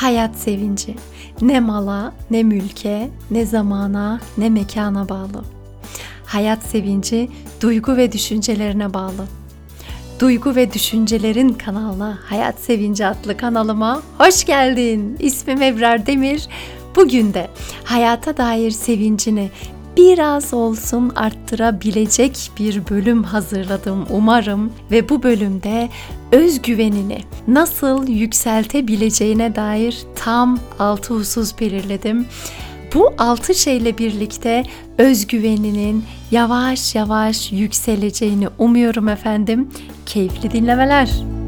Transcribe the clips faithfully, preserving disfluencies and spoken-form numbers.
Hayat sevinci ne mala, ne mülke, ne zamana, ne mekana bağlı. Hayat sevinci duygu ve düşüncelerine bağlı. Duygu ve düşüncelerin kanalına Hayat Sevinci adlı kanalıma hoş geldin. İsmim Ebrar Demir. Bugün de hayata dair sevincini biraz olsun arttırabilecek bir bölüm hazırladım umarım ve bu bölümde özgüvenini nasıl yükseltebileceğine dair tam altı husus belirledim. Bu altı şeyle birlikte özgüveninin yavaş yavaş yükseleceğini umuyorum efendim. Keyifli dinlemeler.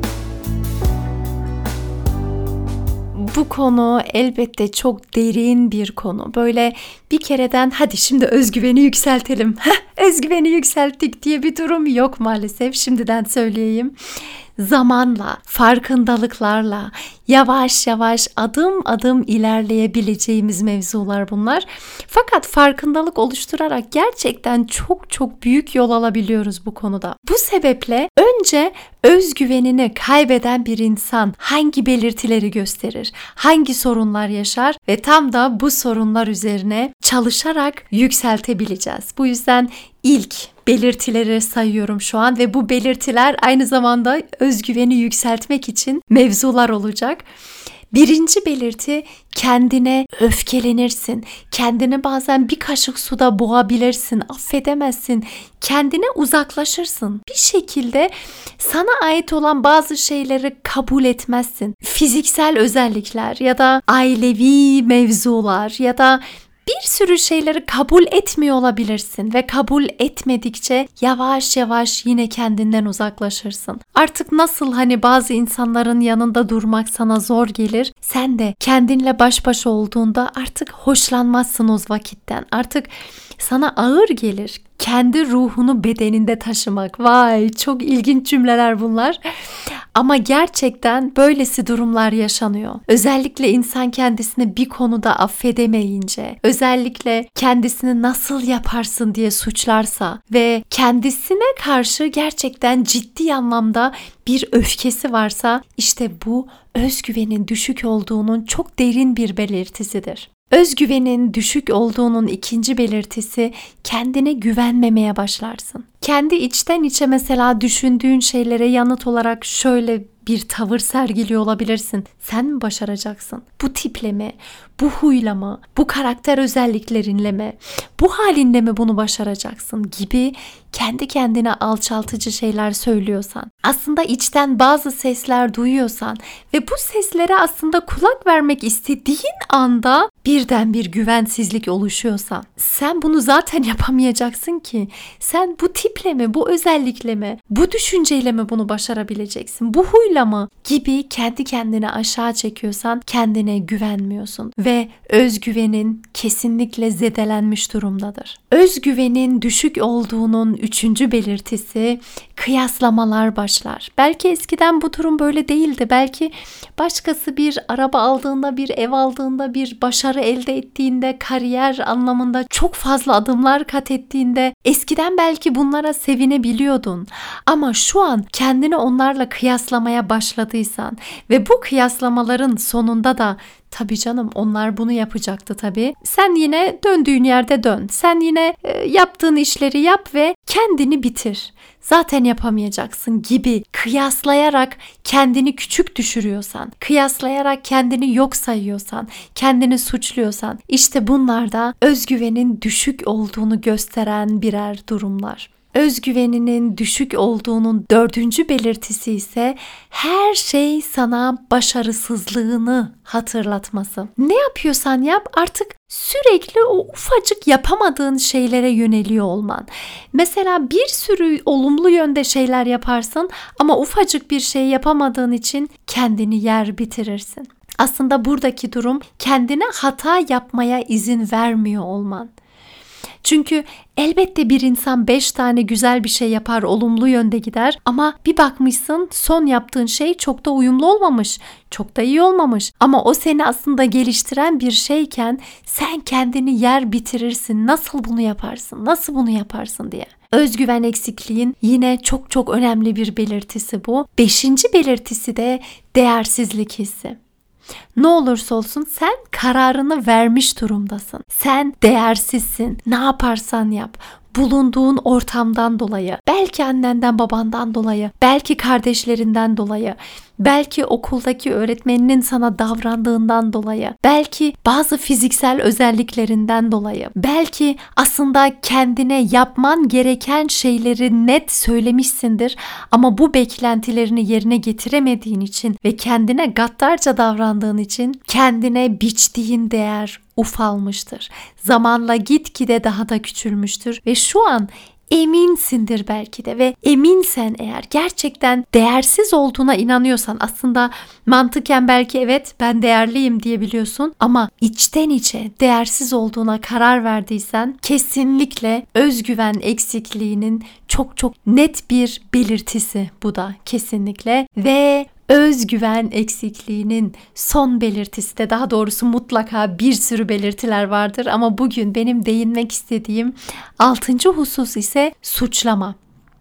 Bu konu elbette çok derin bir konu. Böyle bir kereden hadi şimdi özgüveni yükseltelim. Heh, özgüveni yükselttik diye bir durum yok maalesef. Şimdiden söyleyeyim. Zamanla, farkındalıklarla, yavaş yavaş adım adım ilerleyebileceğimiz mevzular bunlar. Fakat farkındalık oluşturarak gerçekten çok çok büyük yol alabiliyoruz bu konuda. Bu sebeple önce özgüvenini kaybeden bir insan hangi belirtileri gösterir, hangi sorunlar yaşar ve tam da bu sorunlar üzerine çalışarak yükseltebileceğiz. Bu yüzden ilk belirtileri sayıyorum şu an ve bu belirtiler aynı zamanda özgüveni yükseltmek için mevzular olacak. Birinci belirti, kendine öfkelenirsin. Kendini bazen bir kaşık suda boğabilirsin, affedemezsin. Kendine uzaklaşırsın. Bir şekilde sana ait olan bazı şeyleri kabul etmezsin. Fiziksel özellikler ya da ailevi mevzular ya da bir sürü şeyleri kabul etmiyor olabilirsin ve kabul etmedikçe yavaş yavaş yine kendinden uzaklaşırsın. Artık nasıl hani bazı insanların yanında durmak sana zor gelir, sen de kendinle baş başa olduğunda artık hoşlanmazsın o vakitten. Artık sana ağır gelir kendi ruhunu bedeninde taşımak. Vay, çok ilginç cümleler bunlar. Ama gerçekten böylesi durumlar yaşanıyor. Özellikle insan kendisini bir konuda affedemeyince, özellikle kendisini nasıl yaparsın diye suçlarsa ve kendisine karşı gerçekten ciddi anlamda bir öfkesi varsa, işte bu özgüvenin düşük olduğunun çok derin bir belirtisidir. Özgüvenin düşük olduğunun ikinci belirtisi, kendine güvenmemeye başlarsın. Kendi içten içe mesela düşündüğün şeylere yanıt olarak şöyle bir tavır sergiliyor olabilirsin. Sen mi başaracaksın? Bu tiple mi? Bu huyla mı? Bu karakter özelliklerinle mi? Bu halinle mi bunu başaracaksın? Gibi kendi kendine alçaltıcı şeyler söylüyorsan, aslında içten bazı sesler duyuyorsan ve bu seslere aslında kulak vermek istediğin anda birden bir güvensizlik oluşuyorsa, sen bunu zaten yapamayacaksın ki. Sen bu tiple mi, bu özellikle mi, bu düşünceyle mi bunu başarabileceksin? Bu huyla mı? Gibi kendi kendine aşağı çekiyorsan kendine güvenmiyorsun ve özgüvenin kesinlikle zedelenmiş durumdadır. Özgüvenin düşük olduğunun üçüncü belirtisi, kıyaslamalar başlar. Belki eskiden bu durum böyle değildi. Belki başkası bir araba aldığında, bir ev aldığında, bir başarı elde ettiğinde, kariyer anlamında çok fazla adımlar kat ettiğinde eskiden belki bunlara sevinebiliyordun. Ama şu an kendini onlarla kıyaslamaya başladıysan ve bu kıyaslamaların sonunda da tabii canım onlar bunu yapacaktı tabii. Sen yine döndüğün yerde dön. Sen yine e, yaptığın işleri yap ve kendini bitir. Zaten yapamayacaksın gibi kıyaslayarak kendini küçük düşürüyorsan, kıyaslayarak kendini yok sayıyorsan, kendini suçluyorsan, işte bunlar da özgüvenin düşük olduğunu gösteren birer durumlar. Özgüveninin düşük olduğunun dördüncü belirtisi ise her şey sana başarısızlığını hatırlatması. Ne yapıyorsan yap artık sürekli o ufacık yapamadığın şeylere yöneliyor olman. Mesela bir sürü olumlu yönde şeyler yaparsın ama ufacık bir şey yapamadığın için kendini yer bitirirsin. Aslında buradaki durum kendine hata yapmaya izin vermiyor olman. Çünkü elbette bir insan beş tane güzel bir şey yapar, olumlu yönde gider ama bir bakmışsın son yaptığın şey çok da uyumlu olmamış, çok da iyi olmamış. Ama o seni aslında geliştiren bir şeyken sen kendini yer bitirirsin. Nasıl bunu yaparsın, nasıl bunu yaparsın diye. Özgüven eksikliğin yine çok çok önemli bir belirtisi bu. Beşinci belirtisi de değersizlik hissi. Ne olursa olsun sen kararını vermiş durumdasın. Sen değersizsin. Ne yaparsan yap. Bulunduğun ortamdan dolayı, belki annenden babandan dolayı, belki kardeşlerinden dolayı, belki okuldaki öğretmeninin sana davrandığından dolayı, belki bazı fiziksel özelliklerinden dolayı, belki aslında kendine yapman gereken şeyleri net söylemişsindir ama bu beklentilerini yerine getiremediğin için ve kendine gaddarca davrandığın için kendine biçtiğin değer ufalmıştır. Zamanla gitgide daha da küçülmüştür ve şu an eminsindir belki de ve eminsen eğer gerçekten değersiz olduğuna inanıyorsan aslında mantıken belki evet ben değerliyim diyebiliyorsun ama içten içe değersiz olduğuna karar verdiysen kesinlikle özgüven eksikliğinin çok çok net bir belirtisi bu da kesinlikle ve özgüven eksikliğinin son belirtisi de daha doğrusu mutlaka bir sürü belirtiler vardır ama bugün benim değinmek istediğim altıncı husus ise suçlama.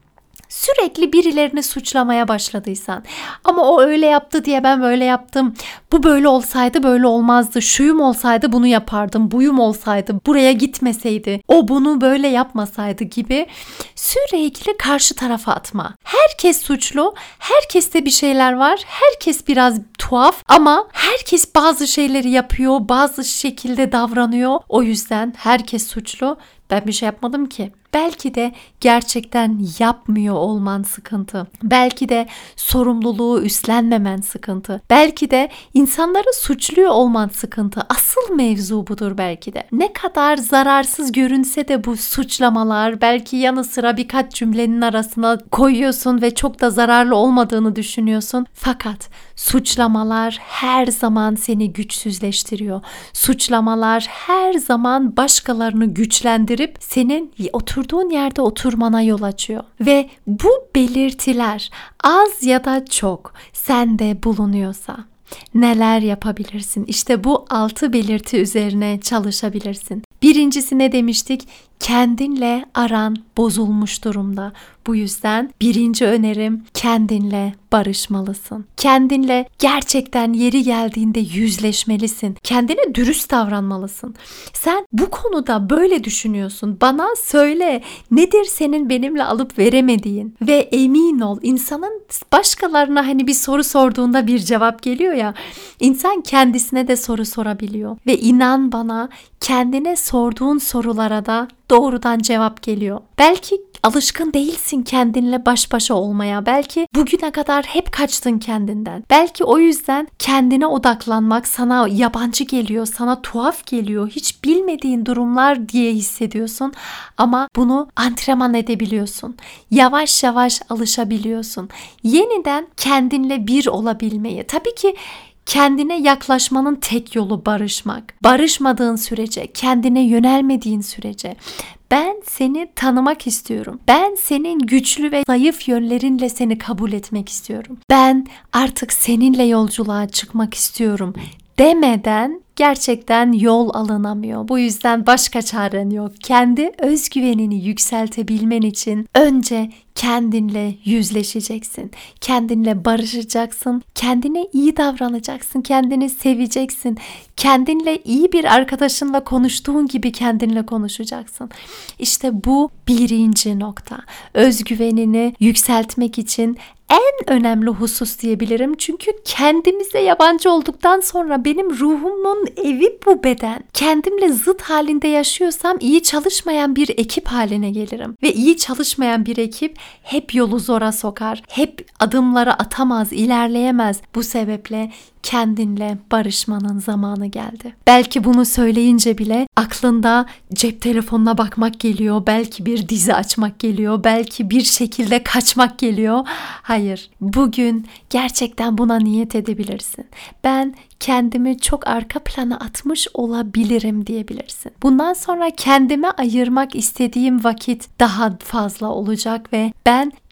Sürekli birilerini suçlamaya başladıysan ama o öyle yaptı diye ben böyle yaptım, bu böyle olsaydı böyle olmazdı, şuyum olsaydı bunu yapardım, buyum olsaydı buraya gitmeseydi, o bunu böyle yapmasaydı gibi sürekli karşı tarafa atma. Herkes suçlu, herkeste bir şeyler var, herkes biraz tuhaf ama herkes bazı şeyleri yapıyor, bazı şekilde davranıyor, o yüzden herkes suçlu. Ben bir şey yapmadım ki. Belki de gerçekten yapmıyor olman sıkıntı. Belki de sorumluluğu üstlenmemen sıkıntı. Belki de insanları suçluyor olman sıkıntı. Asıl mevzu budur belki de. Ne kadar zararsız görünse de bu suçlamalar belki yanı sıra birkaç cümlenin arasına koyuyorsun ve çok da zararlı olmadığını düşünüyorsun. Fakat suçlamalar her zaman seni güçsüzleştiriyor. Suçlamalar her zaman başkalarını güçlendirip senin oturduğun yerde oturmana yol açıyor. Ve bu belirtiler az ya da çok sende bulunuyorsa neler yapabilirsin? İşte bu altı belirti üzerine çalışabilirsin. Birincisi ne demiştik? Kendinle aran bozulmuş durumda. Bu yüzden birinci önerim kendinle barışmalısın. Kendinle gerçekten yeri geldiğinde yüzleşmelisin. Kendine dürüst davranmalısın. Sen bu konuda böyle düşünüyorsun. Bana söyle, nedir senin benimle alıp veremediğin? Ve emin ol, insanın başkalarına hani bir soru sorduğunda bir cevap geliyor ya. İnsan kendisine de soru sorabiliyor. Ve inan bana, kendine sorduğun sorulara da doğrudan cevap geliyor. Belki alışkın değilsin kendinle baş başa olmaya. Belki bugüne kadar hep kaçtın kendinden. Belki o yüzden kendine odaklanmak sana yabancı geliyor, sana tuhaf geliyor. Hiç bilmediğin durumlar diye hissediyorsun. Ama bunu antrenman edebiliyorsun. Yavaş yavaş alışabiliyorsun. Yeniden kendinle bir olabilmeyi. Tabii ki kendine yaklaşmanın tek yolu barışmak. Barışmadığın sürece, kendine yönelmediğin sürece ben seni tanımak istiyorum. Ben senin güçlü ve zayıf yönlerinle seni kabul etmek istiyorum. Ben artık seninle yolculuğa çıkmak istiyorum demeden gerçekten yol alınamıyor. Bu yüzden başka çaren yok. Kendi özgüvenini yükseltebilmen için önce kendinle yüzleşeceksin. Kendinle barışacaksın. Kendine iyi davranacaksın. Kendini seveceksin. Kendinle iyi bir arkadaşınla konuştuğun gibi kendinle konuşacaksın. İşte bu birinci nokta. Özgüvenini yükseltmek için en önemli husus diyebilirim. Çünkü kendimize yabancı olduktan sonra benim ruhumun evi bu beden. Kendimle zıt halinde yaşıyorsam iyi çalışmayan bir ekip haline gelirim. Ve iyi çalışmayan bir ekip hep yolu zora sokar. Hep adımları atamaz, ilerleyemez. Bu sebeple kendinle barışmanın zamanı geldi. Belki bunu söyleyince bile aklında cep telefonuna bakmak geliyor. Belki bir dizi açmak geliyor. Belki bir şekilde kaçmak geliyor. Hayır, bugün gerçekten buna niyet edebilirsin. Ben kendimi çok arka plana atmış olabilirim diyebilirsin. Bundan sonra kendime ayırmak istediğim vakit daha fazla olacak ve ben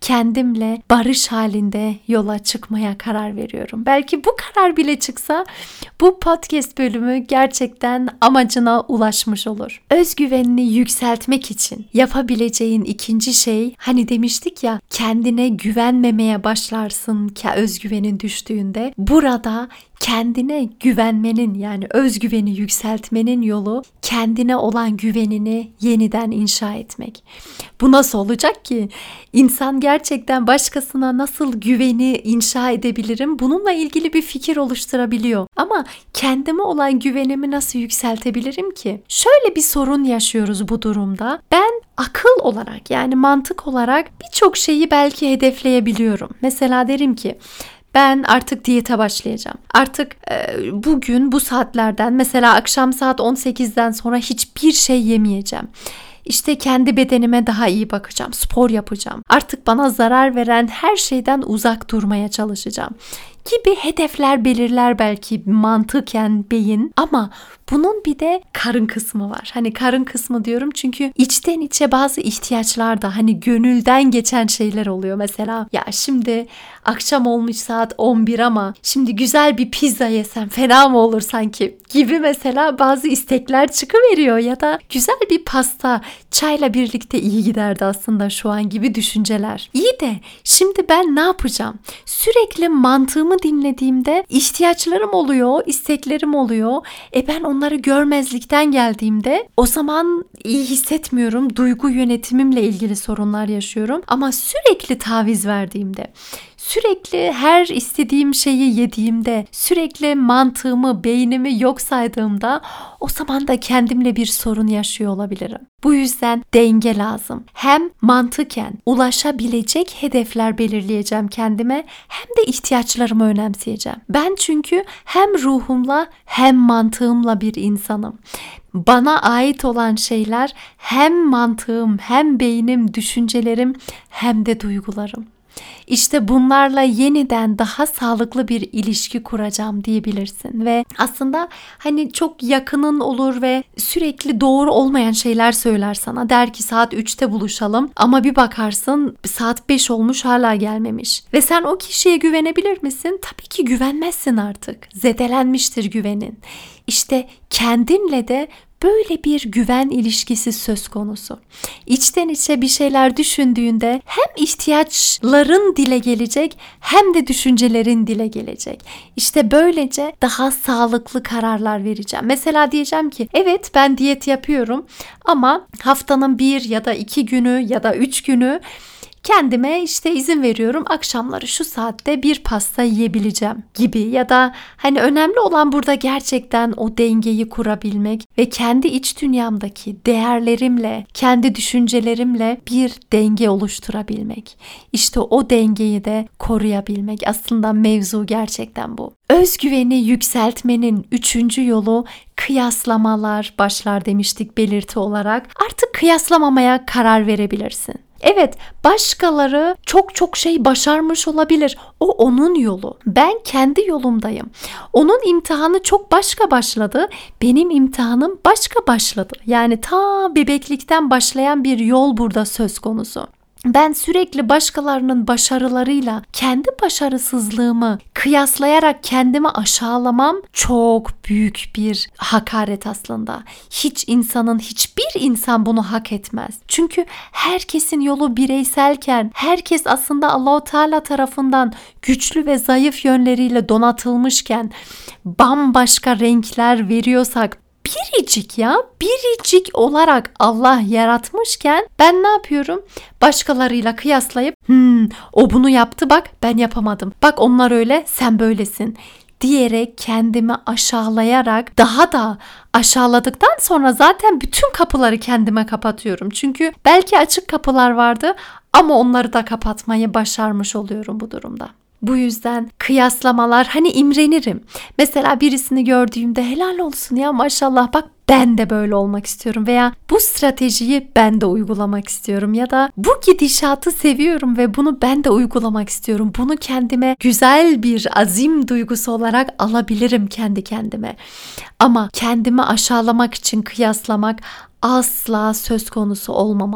kendimle barış halinde yola çıkmaya karar veriyorum. Belki bu karar bile çıksa bu podcast bölümü gerçekten amacına ulaşmış olur. Özgüvenini yükseltmek için yapabileceğin ikinci şey, hani demiştik ya, kendine güvenmemeye başlarsın ki özgüvenin düştüğünde. Burada kendine güvenmenin, yani özgüveni yükseltmenin yolu kendine olan güvenini yeniden inşa etmek. Bu nasıl olacak ki? İnsan gerçekten başkasına nasıl güveni inşa edebilirim? Bununla ilgili bir fikir oluşturabiliyor. Ama kendime olan güvenimi nasıl yükseltebilirim ki? Şöyle bir sorun yaşıyoruz bu durumda. Ben akıl olarak, yani mantık olarak birçok şeyi belki hedefleyebiliyorum. Mesela derim ki ben artık diyete başlayacağım. Artık e, bugün bu saatlerden, mesela akşam saat on sekizden sonra hiçbir şey yemeyeceğim. İşte kendi bedenime daha iyi bakacağım, spor yapacağım. Artık bana zarar veren her şeyden uzak durmaya çalışacağım gibi hedefler belirler belki mantıken beyin, ama bunun bir de karın kısmı var. Hani karın kısmı diyorum çünkü içten içe bazı ihtiyaçlar da, hani gönülden geçen şeyler oluyor. Mesela ya şimdi akşam olmuş saat on bir ama şimdi güzel bir pizza yesem fena mı olur sanki gibi mesela bazı istekler çıkıveriyor, ya da güzel bir pasta çayla birlikte iyi giderdi aslında şu an gibi düşünceler. İyi de şimdi ben ne yapacağım? Sürekli mantığımı dinlediğimde ihtiyaçlarım oluyor, isteklerim oluyor. E ben onları görmezlikten geldiğimde o zaman iyi hissetmiyorum. Duygu yönetimimle ilgili sorunlar yaşıyorum. Ama sürekli taviz verdiğimde, sürekli her istediğim şeyi yediğimde, sürekli mantığımı, beynimi yok saydığımda o zaman da kendimle bir sorun yaşıyor olabilirim. Bu yüzden denge lazım. Hem mantıken ulaşabilecek hedefler belirleyeceğim kendime, hem de ihtiyaçlarımı önemseyeceğim. Ben çünkü hem ruhumla hem mantığımla bir insanım. Bana ait olan şeyler hem mantığım, hem beynim, düşüncelerim, hem de duygularım. İşte bunlarla yeniden daha sağlıklı bir ilişki kuracağım diyebilirsin ve aslında hani çok yakının olur ve sürekli doğru olmayan şeyler söyler sana. Der ki saat üçte buluşalım ama bir bakarsın saat beş olmuş hala gelmemiş. Ve sen o kişiye güvenebilir misin? Tabii ki güvenmezsin artık. Zedelenmiştir güvenin. İşte kendinle de böyle bir güven ilişkisi söz konusu. İçten içe bir şeyler düşündüğünde hem ihtiyaçların dile gelecek hem de düşüncelerin dile gelecek. İşte böylece daha sağlıklı kararlar vereceğim. Mesela diyeceğim ki evet ben diyet yapıyorum ama haftanın bir ya da iki günü ya da üç günü kendime işte izin veriyorum, akşamları şu saatte bir pasta yiyebileceğim gibi. Ya da hani önemli olan burada gerçekten o dengeyi kurabilmek ve kendi iç dünyamdaki değerlerimle, kendi düşüncelerimle bir denge oluşturabilmek. İşte o dengeyi de koruyabilmek. Aslında mevzu gerçekten bu. Özgüveni yükseltmenin üçüncü yolu kıyaslamalar başlar demiştik belirti olarak. Artık kıyaslamamaya karar verebilirsin. Evet, başkaları çok çok şey başarmış olabilir. O onun yolu. Ben kendi yolumdayım. Onun imtihanı çok başka başladı. Benim imtihanım başka başladı. Yani ta bebeklikten başlayan bir yol burada söz konusu. Ben sürekli başkalarının başarılarıyla kendi başarısızlığımı kıyaslayarak kendimi aşağılamam çok büyük bir hakaret aslında. Hiç insanın, hiçbir insan bunu hak etmez. Çünkü herkesin yolu bireyselken, herkes aslında Allah-u Teala tarafından güçlü ve zayıf yönleriyle donatılmışken, bambaşka renkler veriyorsak, biricik ya, biricik olarak Allah yaratmışken ben ne yapıyorum? Başkalarıyla kıyaslayıp hmm, o bunu yaptı bak ben yapamadım. Bak onlar öyle sen böylesin diyerek kendimi aşağılayarak, daha da aşağıladıktan sonra zaten bütün kapıları kendime kapatıyorum. Çünkü belki açık kapılar vardı ama onları da kapatmayı başarmış oluyorum bu durumda. Bu yüzden kıyaslamalar, hani imrenirim. Mesela birisini gördüğümde helal olsun ya maşallah bak ben de böyle olmak istiyorum veya bu stratejiyi ben de uygulamak istiyorum ya da bu gidişatı seviyorum ve bunu ben de uygulamak istiyorum. Bunu kendime güzel bir azim duygusu olarak alabilirim kendi kendime. Ama kendimi aşağılamak için kıyaslamak asla söz konusu olmamalı.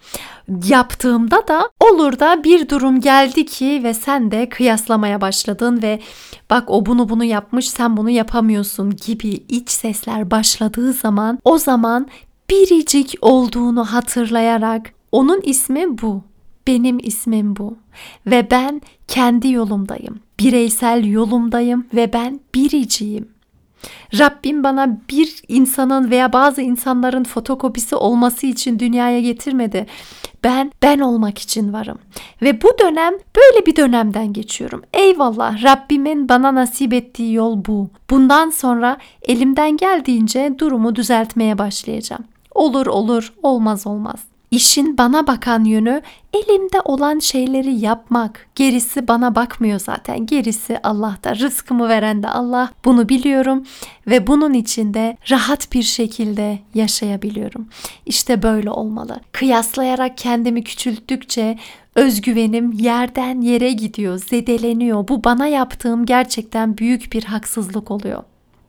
Yaptığımda da olur da bir durum geldi ki ve sen de kıyaslamaya başladın ve bak o bunu bunu yapmış, sen bunu yapamıyorsun gibi iç sesler başladığı zaman, o zaman biricik olduğunu hatırlayarak, onun ismi bu, benim ismim bu ve ben kendi yolumdayım, bireysel yolumdayım ve ben biriciyim. Rabbim bana bir insanın veya bazı insanların fotokopisi olması için dünyaya getirmedi. Ben ben olmak için varım. Ve bu dönem böyle bir dönemden geçiyorum. Eyvallah, Rabbimin bana nasip ettiği yol bu. Bundan sonra elimden geldiğince durumu düzeltmeye başlayacağım. Olur olur, olmaz olmaz. İşin bana bakan yönü elimde olan şeyleri yapmak. Gerisi bana bakmıyor zaten. Gerisi Allah'ta. Rızkımı veren de Allah. Bunu biliyorum ve bunun içinde rahat bir şekilde yaşayabiliyorum. İşte böyle olmalı. Kıyaslayarak kendimi küçülttükçe özgüvenim yerden yere gidiyor, zedeleniyor. Bu bana yaptığım gerçekten büyük bir haksızlık oluyor.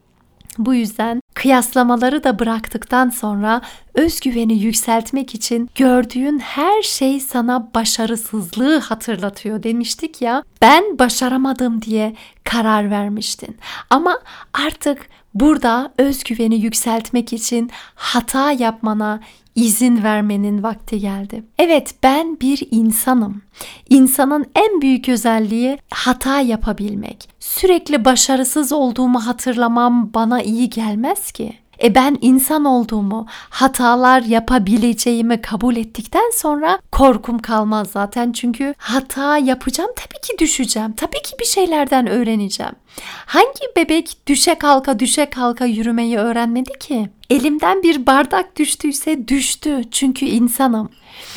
Bu yüzden kıyaslamaları da bıraktıktan sonra özgüveni yükseltmek için gördüğün her şey sana başarısızlığı hatırlatıyor demiştik ya. Ben başaramadım diye karar vermiştin. Ama artık burada özgüveni yükseltmek için hata yapmana izin vermenin vakti geldi. Evet, ben bir insanım. İnsanın en büyük özelliği hata yapabilmek. Sürekli başarısız olduğumu hatırlamam bana iyi gelmez ki. E ben insan olduğumu, hatalar yapabileceğimi kabul ettikten sonra korkum kalmaz zaten. Çünkü hata yapacağım, tabii ki düşeceğim. Tabii ki bir şeylerden öğreneceğim. Hangi bebek düşe kalka düşe kalka yürümeyi öğrenmedi ki? Elimden bir bardak düştüyse düştü. Çünkü insanım.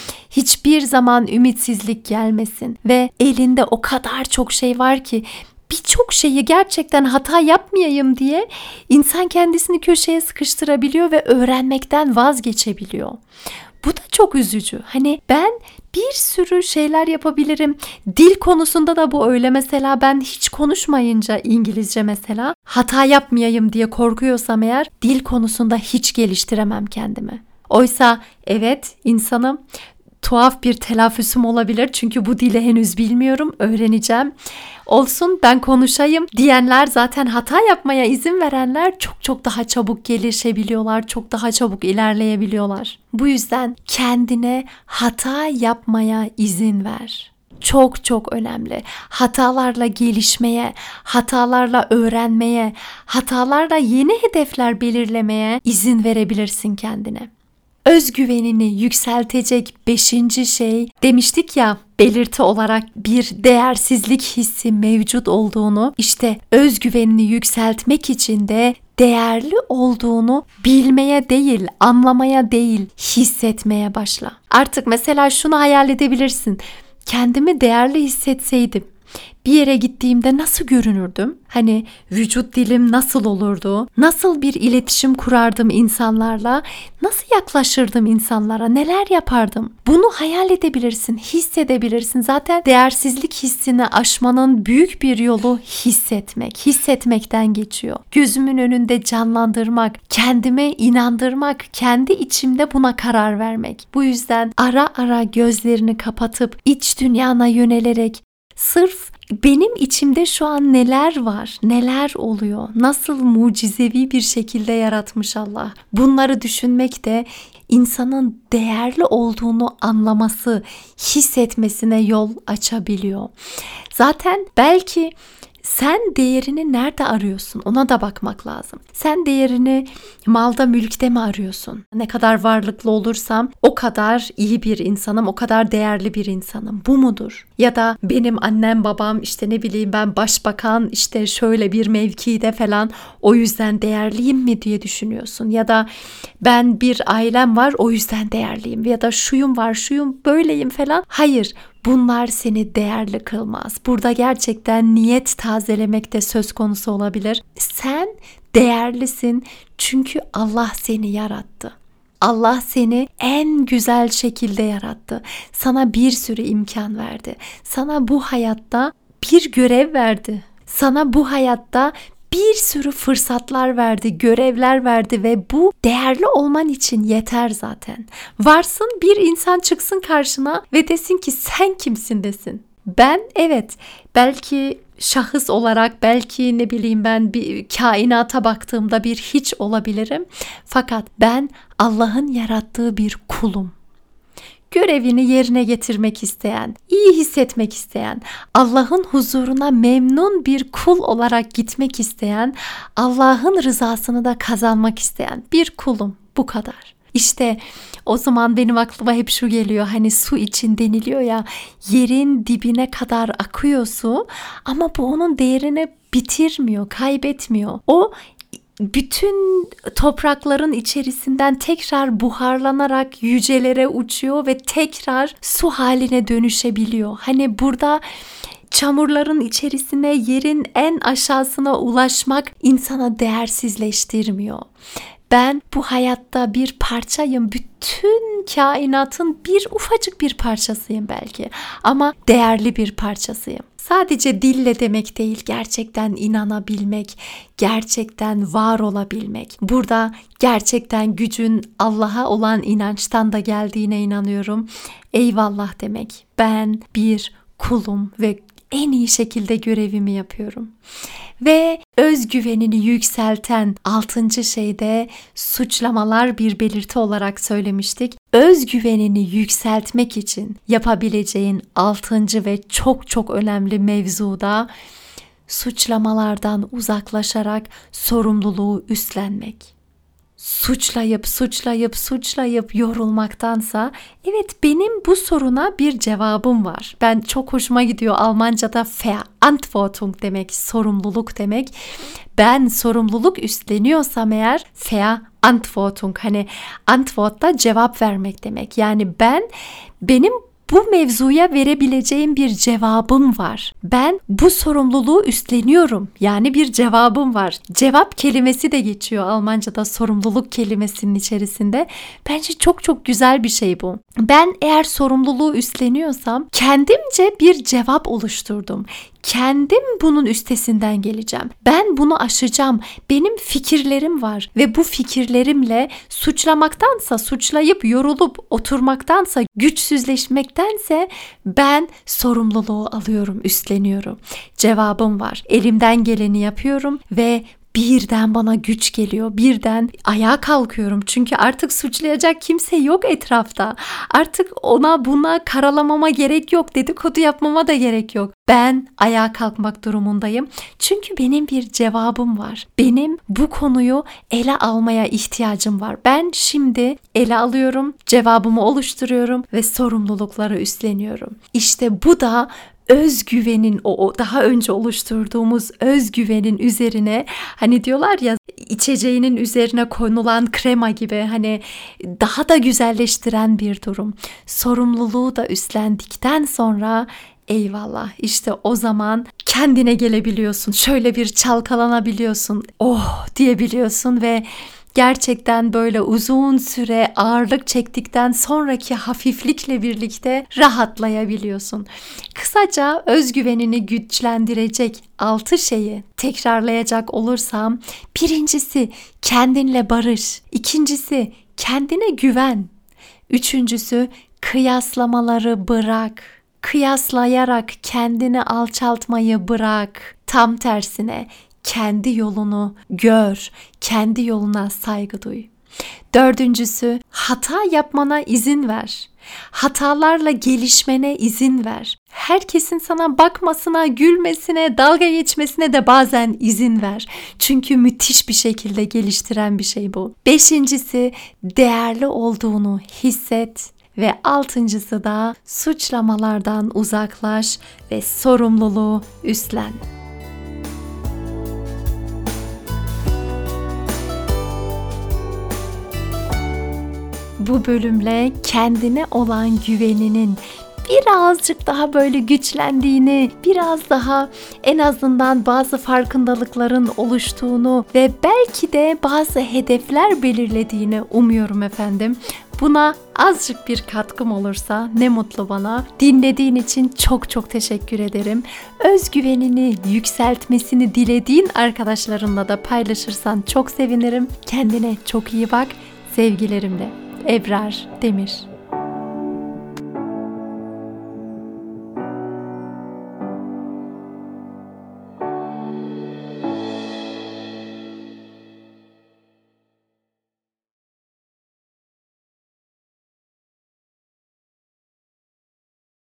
Hiçbir zaman ümitsizlik gelmesin ve elinde o kadar çok şey var ki birçok şeyi gerçekten hata yapmayayım diye insan kendisini köşeye sıkıştırabiliyor ve öğrenmekten vazgeçebiliyor. Bu da çok üzücü. Hani ben bir sürü şeyler yapabilirim. Dil konusunda da bu öyle. Mesela ben hiç konuşmayınca İngilizce mesela hata yapmayayım diye korkuyorsam eğer dil konusunda hiç geliştiremem kendimi. Oysa evet, insanım. Tuhaf bir telaffuzum olabilir çünkü bu dili henüz bilmiyorum, öğreneceğim. Olsun, ben konuşayım diyenler, zaten hata yapmaya izin verenler çok çok daha çabuk gelişebiliyorlar, çok daha çabuk ilerleyebiliyorlar. Bu yüzden kendine hata yapmaya izin ver. Çok çok önemli. Hatalarla gelişmeye, hatalarla öğrenmeye, hatalarla yeni hedefler belirlemeye izin verebilirsin kendine. Özgüvenini yükseltecek beşinci şey, demiştik ya, belirti olarak bir değersizlik hissi mevcut olduğunu, işte özgüvenini yükseltmek için de değerli olduğunu bilmeye değil, anlamaya değil, hissetmeye başla. Artık mesela şunu hayal edebilirsin. Kendimi değerli hissetseydim bir yere gittiğimde nasıl görünürdüm? Hani vücut dilim nasıl olurdu? Nasıl bir iletişim kurardım insanlarla? Nasıl yaklaşırdım insanlara? Neler yapardım? Bunu hayal edebilirsin, hissedebilirsin. Zaten değersizlik hissini aşmanın büyük bir yolu hissetmek. Hissetmekten geçiyor. Gözümün önünde canlandırmak, kendime inandırmak, kendi içimde buna karar vermek. Bu yüzden ara ara gözlerini kapatıp iç dünyana yönelerek sırf benim içimde şu an neler var, neler oluyor, nasıl mucizevi bir şekilde yaratmış Allah. Bunları düşünmek de insanın değerli olduğunu anlaması, hissetmesine yol açabiliyor. Zaten belki sen değerini nerede arıyorsun? Ona da bakmak lazım. Sen değerini malda, mülkte mi arıyorsun? Ne kadar varlıklı olursam o kadar iyi bir insanım, o kadar değerli bir insanım. Bu mudur? Ya da benim annem, babam, işte ne bileyim ben başbakan, işte şöyle bir mevkide falan, o yüzden değerliyim mi diye düşünüyorsun? Ya da ben bir ailem var, o yüzden değerliyim. Ya da şuyum var, şuyum, böyleyim falan. Hayır. Bunlar seni değerli kılmaz. Burada gerçekten niyet tazelemek de söz konusu olabilir. Sen değerlisin çünkü Allah seni yarattı. Allah seni en güzel şekilde yarattı. Sana bir sürü imkan verdi. Sana bu hayatta bir görev verdi. Sana bu hayatta bir sürü fırsatlar verdi, görevler verdi ve bu değerli olman için yeter zaten. Varsın, bir insan çıksın karşına ve desin ki sen kimsin desin. Ben evet belki şahıs olarak, belki ne bileyim ben bir kainata baktığımda bir hiç olabilirim. Fakat ben Allah'ın yarattığı bir kulum. Görevini yerine getirmek isteyen, iyi hissetmek isteyen, Allah'ın huzuruna memnun bir kul olarak gitmek isteyen, Allah'ın rızasını da kazanmak isteyen bir kulum. Bu kadar. İşte o zaman benim aklıma hep şu geliyor, hani su için deniliyor ya, yerin dibine kadar akıyor su ama bu onun değerini bitirmiyor, kaybetmiyor. O bütün toprakların içerisinden tekrar buharlanarak yücelere uçuyor ve tekrar su haline dönüşebiliyor. Hani burada çamurların içerisine, yerin en aşağısına ulaşmak insana değersizleştirmiyor. Ben bu hayatta bir parçayım. Bütün kainatın bir ufacık bir parçasıyım belki. Ama değerli bir parçasıyım. Sadece dille demek değil, gerçekten inanabilmek, gerçekten var olabilmek. Burada gerçekten gücün Allah'a olan inançtan da geldiğine inanıyorum. Eyvallah demek. Ben bir kulum ve en iyi şekilde görevimi yapıyorum. Ve özgüvenini yükselten altıncı şeyde suçlamalar bir belirti olarak söylemiştik. Özgüvenini yükseltmek için yapabileceğin altıncı ve çok çok önemli mevzuda suçlamalardan uzaklaşarak sorumluluğu üstlenmek. Suçlayıp suçlayıp suçlayıp yorulmaktansa evet benim bu soruna bir cevabım var. Ben çok hoşuma gidiyor Almanca'da Verantwortung demek, sorumluluk demek. Ben sorumluluk üstleniyorsam eğer Verantwortung, hani Antwort da cevap vermek demek. Yani ben benim bu mevzuya verebileceğim bir cevabım var. Ben bu sorumluluğu üstleniyorum. Yani bir cevabım var. Cevap kelimesi de geçiyor Almanca'da sorumluluk kelimesinin içerisinde. Bence çok çok güzel bir şey bu. Ben eğer sorumluluğu üstleniyorsam kendimce bir cevap oluşturdum. Kendim bunun üstesinden geleceğim. Ben bunu aşacağım. Benim fikirlerim var ve bu fikirlerimle suçlamaktansa, suçlayıp yorulup oturmaktansa, güçsüzleşmektense ben sorumluluğu alıyorum, üstleniyorum. Cevabım var. Elimden geleni yapıyorum ve birden bana güç geliyor. Birden ayağa kalkıyorum. Çünkü artık suçlayacak kimse yok etrafta. Artık ona buna karalamama gerek yok. Dedikodu yapmama da gerek yok. Ben ayağa kalkmak durumundayım. Çünkü benim bir cevabım var. Benim bu konuyu ele almaya ihtiyacım var. Ben şimdi ele alıyorum, cevabımı oluşturuyorum ve sorumlulukları üstleniyorum. İşte bu da özgüvenin, o daha önce oluşturduğumuz özgüvenin üzerine, hani diyorlar ya, içeceğinin üzerine konulan krema gibi, hani daha da güzelleştiren bir durum. Sorumluluğu da üstlendikten sonra eyvallah, işte o zaman kendine gelebiliyorsun. Şöyle bir çalkalanabiliyorsun. Oh diyebiliyorsun ve gerçekten böyle uzun süre ağırlık çektikten sonraki hafiflikle birlikte rahatlayabiliyorsun. Kısaca özgüvenini güçlendirecek altı şeyi tekrarlayacak olursam, birincisi kendinle barış, ikincisi kendine güven, üçüncüsü kıyaslamaları bırak. Kıyaslayarak kendini alçaltmayı bırak. Tam tersine kendi yolunu gör, kendi yoluna saygı duy. Dördüncüsü, hata yapmana izin ver. Hatalarla gelişmene izin ver. Herkesin sana bakmasına, gülmesine, dalga geçmesine de bazen izin ver. Çünkü müthiş bir şekilde geliştiren bir şey bu. Beşincisi, değerli olduğunu hisset. Ve altıncısı da suçlamalardan uzaklaş ve sorumluluğu üstlen. Bu bölümle kendine olan güveninin birazcık daha böyle güçlendiğini, biraz daha en azından bazı farkındalıkların oluştuğunu ve belki de bazı hedefler belirlediğini umuyorum efendim. Buna azıcık bir katkım olursa ne mutlu bana. Dinlediğin için çok çok teşekkür ederim. Özgüvenini yükseltmesini dilediğin arkadaşlarınla da paylaşırsan çok sevinirim. Kendine çok iyi bak. Sevgilerimle. Ebrar Demir.